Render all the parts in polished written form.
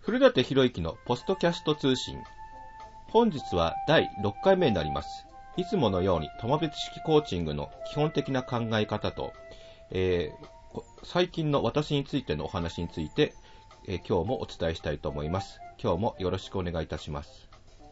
古舘博之のポストキャスト通信。本日は第6回目になります。いつものように友別式コーチングの基本的な考え方と、最近の私についてのお話について、今日もお伝えしたいと思います。今日もよろしくお願いいたします。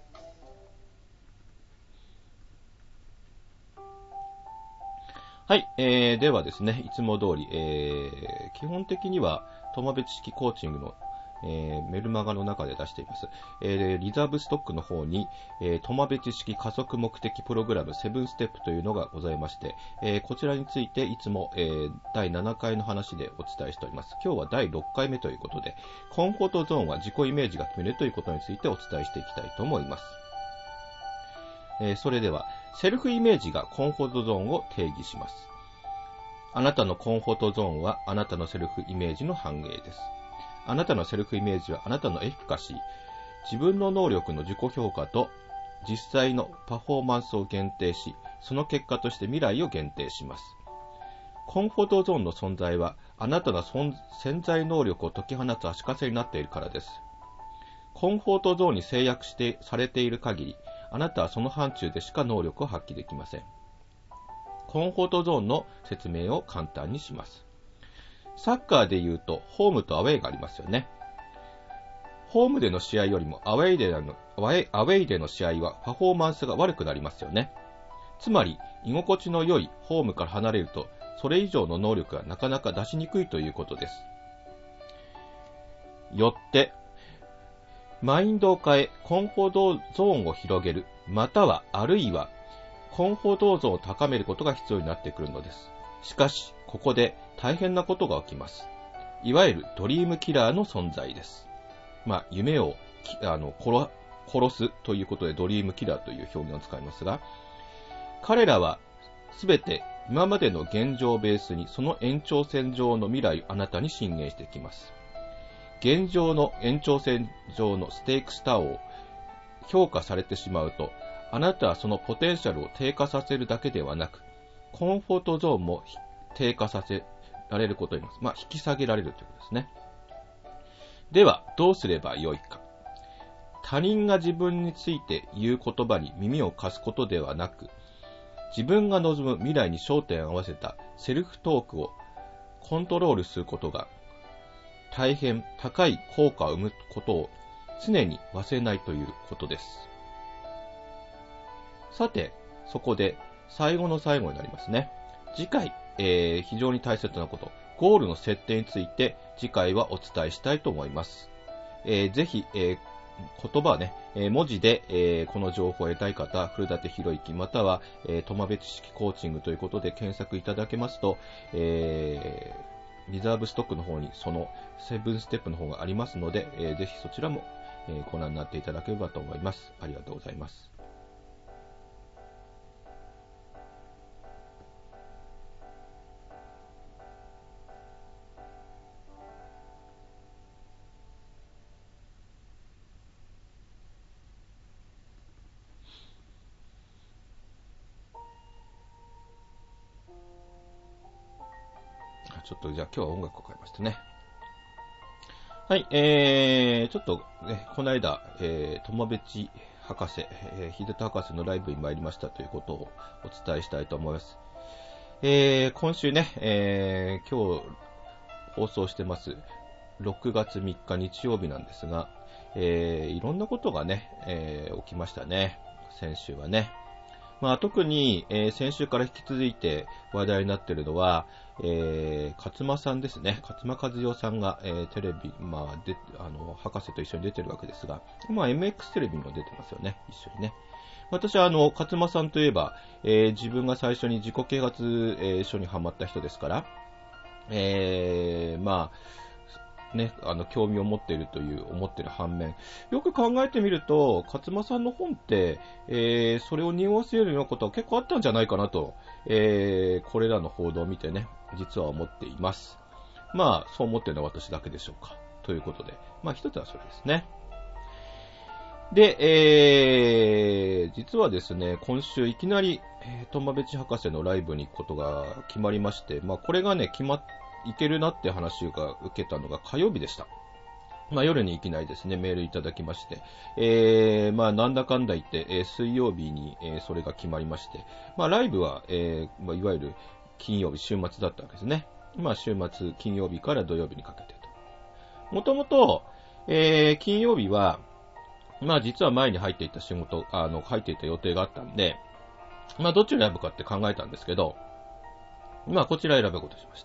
はい、ではですね、いつも通り、基本的には友別式コーチングのメルマガの中で出しています。リザーブストックの方に、友別式加速目的プログラム7ステップというのがございまして、こちらについていつも、第7回の話でお伝えしております。今日は第6回目ということで、コンフォートゾーンは自己イメージが決めるということについてお伝えしていきたいと思います。それでは、セルフイメージがコンフォートゾーンを定義します。あなたのコンフォートゾーンはあなたのセルフイメージの反映です。あなたのセルフイメージはあなたのエフィカシー、自分の能力の自己評価と実際のパフォーマンスを限定し、その結果として未来を限定します。コンフォートゾーンの存在はあなたの潜在能力を解き放つ足かせになっているからです。コンフォートゾーンに制約されている限り、あなたはその範疇でしか能力を発揮できません。コンフォートゾーンの説明を簡単にします。サッカーで言うとホームとアウェイがありますよね。ホームでの試合よりもアウェイでの試合はパフォーマンスが悪くなりますよね。つまり居心地の良いホームから離れるとそれ以上の能力がなかなか出しにくいということです。よってマインドを変えコンフォートゾーンを広げる、またはあるいはコンフォートゾーンを高めることが必要になってくるのです。しかしここで大変なことが起きます。いわゆるドリームキラーの存在です。夢を殺すということでドリームキラーという表現を使いますが、彼らはすべて今までの現状をベースにその延長線上の未来をあなたに進言してきます。現状の延長線上のステークスターを評価されてしまうと、あなたはそのポテンシャルを低下させるだけではなく、コンフォートゾーンも低下させられることになります。引き下げられるということですね。では、どうすればよいか。他人が自分について言う言葉に耳を貸すことではなく、自分が望む未来に焦点を合わせたセルフトークをコントロールすることが大変高い効果を生むことを常に忘れないということです。さて、そこで最後の最後になりますね。次回、非常に大切なこと、ゴールの設定について次回はお伝えしたいと思います。ぜひ、言葉はね、文字で、この情報を得たい方、古舘博之または、友別式コーチングということで検索いただけますと、リザーブストックの方にその7ステップの方がありますので、ぜひそちらも、ご覧になっていただければと思います。ありがとうございます。ちょっとじゃあ今日は音楽を変えましたね。はい、ちょっとね、この間、友別博士、秀田博士のライブに参りましたということをお伝えしたいと思います。今週ね、今日放送してます6月3日日曜日なんですが、いろんなことがね、起きましたね。先週はね。特に、先週から引き続いて話題になっているのは、勝間さんですね。勝間和代さんが、テレビ、博士と一緒に出てるわけですが、MX テレビにも出てますよね。一緒にね。私は勝間さんといえば、自分が最初に自己啓発、書にハマった人ですから、興味を持っている思っている反面、よく考えてみると、勝間さんの本って、それを匂わせるようなことは結構あったんじゃないかなと、これらの報道を見てね、実は思っています。そう思っているのは私だけでしょうか。ということで、一つはそれですね。で、実はですね、今週いきなり、友別博士のライブに行くことが決まりまして、これがね、いけるなって話が受けたのが火曜日でした。 夜にいきなりですね、メールいただきまして、なんだかんだ言って、水曜日に、それが決まりまして、ライブは、いわゆる金曜日、週末だったわけですね。週末、金曜日から土曜日にかけてと。もともと、金曜日は、実は前に入っていた仕事、入っていた予定があったんで、どっちを選ぶかって考えたんですけど、こちら選ぶことしました。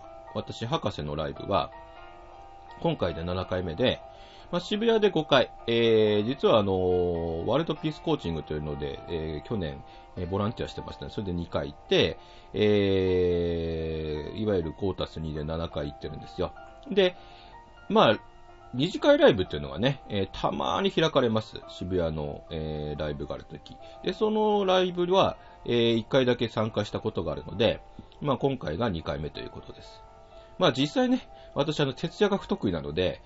私、博士のライブは、今回で7回目で、渋谷で5回、実はワールドピースコーチングというので、去年、ボランティアしてましたね。それで2回行って、いわゆるコータス2で7回行ってるんですよ。で、二次会ライブっていうのがね、たまに開かれます。渋谷の、ライブがあるとき。で、そのライブは、1回だけ参加したことがあるので、今回が2回目ということです。実際ね、私徹夜が不得意なので、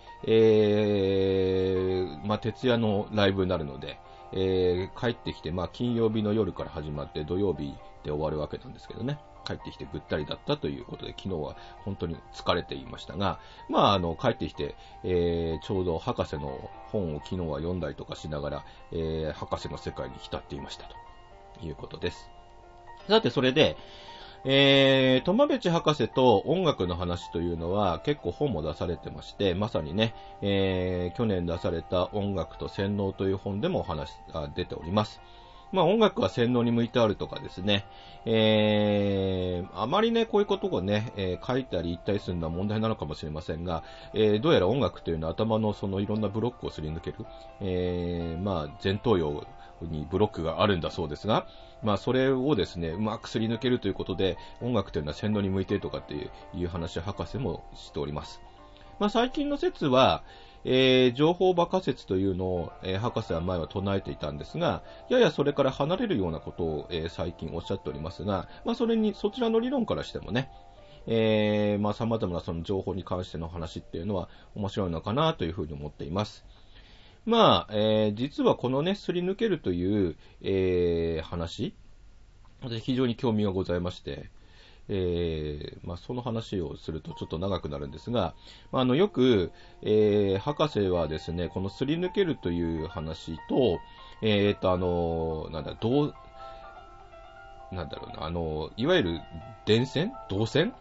徹夜のライブになるので、帰ってきて、金曜日の夜から始まって土曜日で終わるわけなんですけどね。帰ってきてぐったりだったということで、昨日は本当に疲れていましたが、帰ってきて、ちょうど博士の本を昨日は読んだりとかしながら、博士の世界に浸っていましたということです。さて、それで、トマベチ博士と音楽の話というのは結構本も出されてまして、まさにね、去年出された音楽と洗脳という本でもお話が出ております。音楽は洗脳に向いてあるとかですね、あまりね、こういうことをね、書いたり言ったりするのは問題なのかもしれませんが、どうやら音楽というのは頭のそのいろんなブロックをすり抜ける、前頭葉にブロックがあるんだそうですが、それをですね、うまくすり抜けるということで、音楽というのは洗脳に向いているとかっていう話を博士もしております。最近の説は、情報馬鹿説というのを、博士は前は唱えていたんですが、ややそれから離れるようなことを、最近おっしゃっておりますが、そちらの理論からしてもね、様々なその情報に関しての話っていうのは面白いのかなというふうに思っています。実はこのね、すり抜けるという、話、私非常に興味がございまして、その話をするとちょっと長くなるんですが、よく、博士はですね、このすり抜けるという話と、いわゆる導線、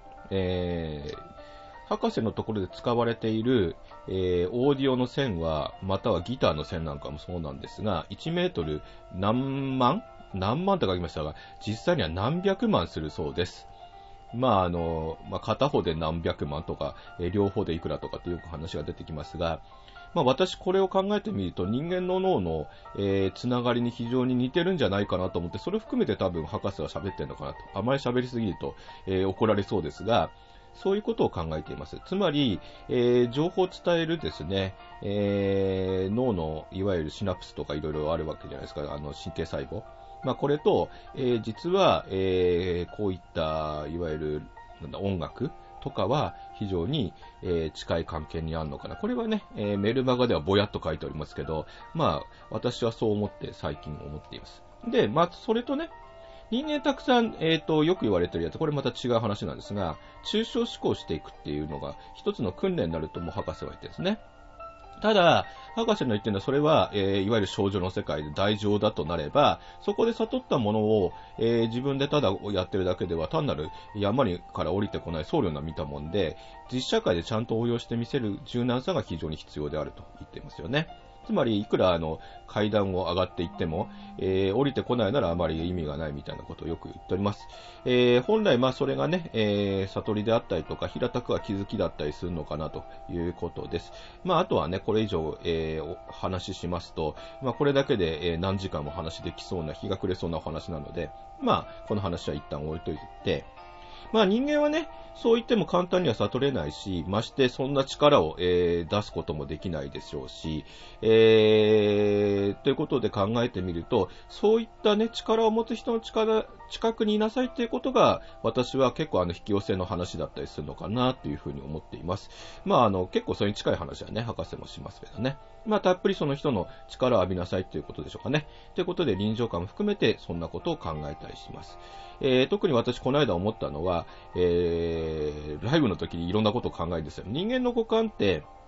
博士のところで使われている、オーディオの線は、またはギターの線なんかもそうなんですが、1メートル何万と書きましたが、実際には何百万するそうです。片方で何百万とか、両方でいくらとかってよく話が出てきますが、私これを考えてみると人間の脳の、つながりに非常に似てるんじゃないかなと思って、それを含めて多分博士は喋ってるのかなと。あまり喋りすぎると、怒られそうですが、そういうことを考えています。つまり、情報を伝えるですね、脳のいわゆるシナプスとかいろいろあるわけじゃないですか、神経細胞。これと、実は、こういったいわゆる音楽とかは非常に、近い関係にあるのかな。これはね、メルマガではぼやっと書いておりますけど、私はそう思って最近思っています。で、それとね、人間たくさん、よく言われてるやつ、これまた違う話なんですが、抽象思考していくっていうのが一つの訓練になるとも博士は言ってるんですね。ただ、博士の言ってるのはそれは、いわゆる少女の世界で大乗だとなれば、そこで悟ったものを、自分でただやってるだけでは単なる山にから降りてこない僧侶な見たもんで、実社会でちゃんと応用してみせる柔軟さが非常に必要であると言っていますよね。つまり、いくら階段を上がっていっても、降りてこないならあまり意味がないみたいなことをよく言っております。本来、それがね、悟りであったりとか、平たくは気づきだったりするのかなということです。あとはね、これ以上、お話ししますと、これだけで、何時間も話できそうな、日が暮れそうなお話なので、この話は一旦置いといて、人間はね、そう言っても簡単には悟れないし、ましてそんな力を、出すこともできないでしょうし、ということで考えてみると、そういったね、力を持つ人の近くにいなさいっていうことが、私は結構引き寄せの話だったりするのかなというふうに思っています。結構それに近い話はね、博士もしますけどね。たっぷりその人の力を浴びなさいということでしょうかね。ということで臨場感も含めてそんなことを考えたりします。特に私この間思ったのは、ライブの時にいろんなことを考えるんですよ。人間の五感って、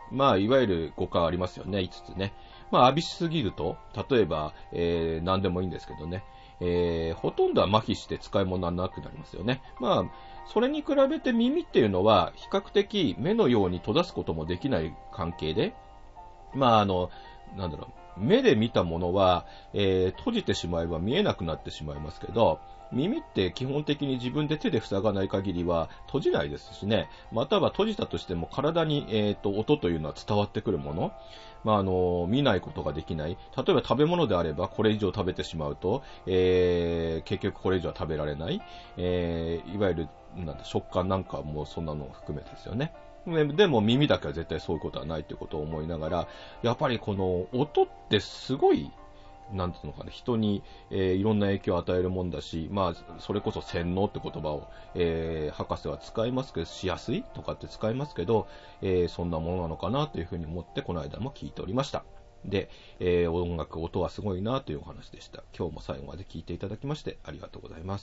まあ、いわゆる誤解ありますよね、5つね。まあ、浴びしすぎると、例えば、何でもいいんですけどね、ほとんどは麻痺して使い物にならなくなりますよね。まあ、それに比べて耳っていうのは、比較的目のように閉ざすこともできない関係で、まあ、なんだろう、目で見たものは、閉じてしまえば見えなくなってしまいますけど、耳って基本的に自分で手で塞がない限りは閉じないですしね、または閉じたとしても体に、音というのは伝わってくるもの、まあ、見ないことができない。例えば食べ物であればこれ以上食べてしまうと、結局これ以上は食べられない。いわゆる食感なんかもそんなのを含めてですよね。でも耳だけは絶対そういうことはないということを思いながら、やっぱりこの音ってすごい、なんていうのかな、人に、いろんな影響を与えるもんだし、まあ、それこそ洗脳って言葉を、博士は使いますけど、しやすいとかって使いますけど、そんなものなのかなというふうに思って、この間も聞いておりました。で、音はすごいなというお話でした。今日も最後まで聞いていただきまして、ありがとうございます。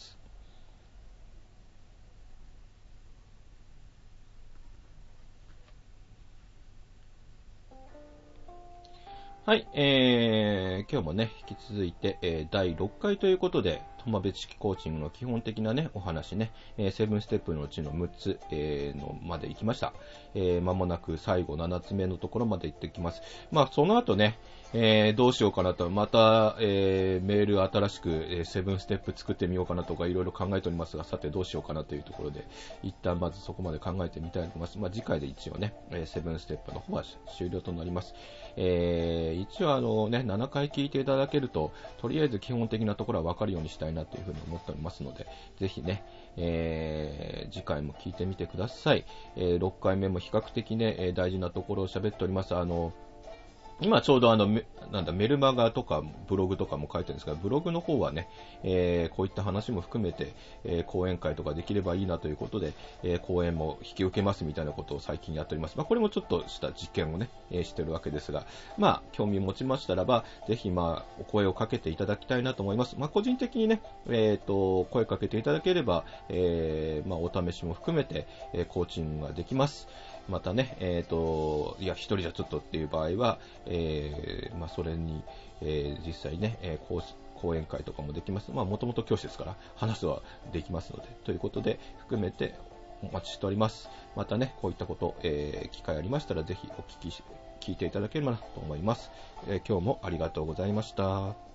はい、今日もね、引き続いて、第6回ということで、トマベチ式コーチングの基本的なね、お話ね、7ステップのうちの6つ、のまで行きました。間もなく最後7つ目のところまで行ってきます。まあ、その後ね、どうしようかなと、また、メール新しく、7ステップ作ってみようかなとかいろいろ考えておりますが、さてどうしようかなというところで、一旦まずそこまで考えてみたいと思います。まあ、次回で一応ね、7ステップの方は終了となります。一応ね、7回聞いていただけると、とりあえず基本的なところは分かるようにしたいなというふうに思っておりますので、ぜひね、次回も聞いてみてください。6回目も比較的ね、大事なところを喋っております。今ちょうどメルマガとかブログとかも書いてるんですが、ブログの方はね、こういった話も含めて、講演会とかできればいいなということで、講演も引き受けますみたいなことを最近やっております。まあ、これもちょっとした実験をね、してるわけですが、まあ、興味持ちましたらば、ぜひまあ、お声をかけていただきたいなと思います。まあ、個人的にね、声かけていただければ、まあ、お試しも含めて、コーチングができます。またね、いや、一人じゃちょっとっていう場合は、まあ、それに、実際ね、講演会とかもできます。まあ、もともと教師ですから、話はできますので、ということで、含めてお待ちしております。またね、こういったこと、機会ありましたら、ぜひ聞いていただければなと思います。今日もありがとうございました。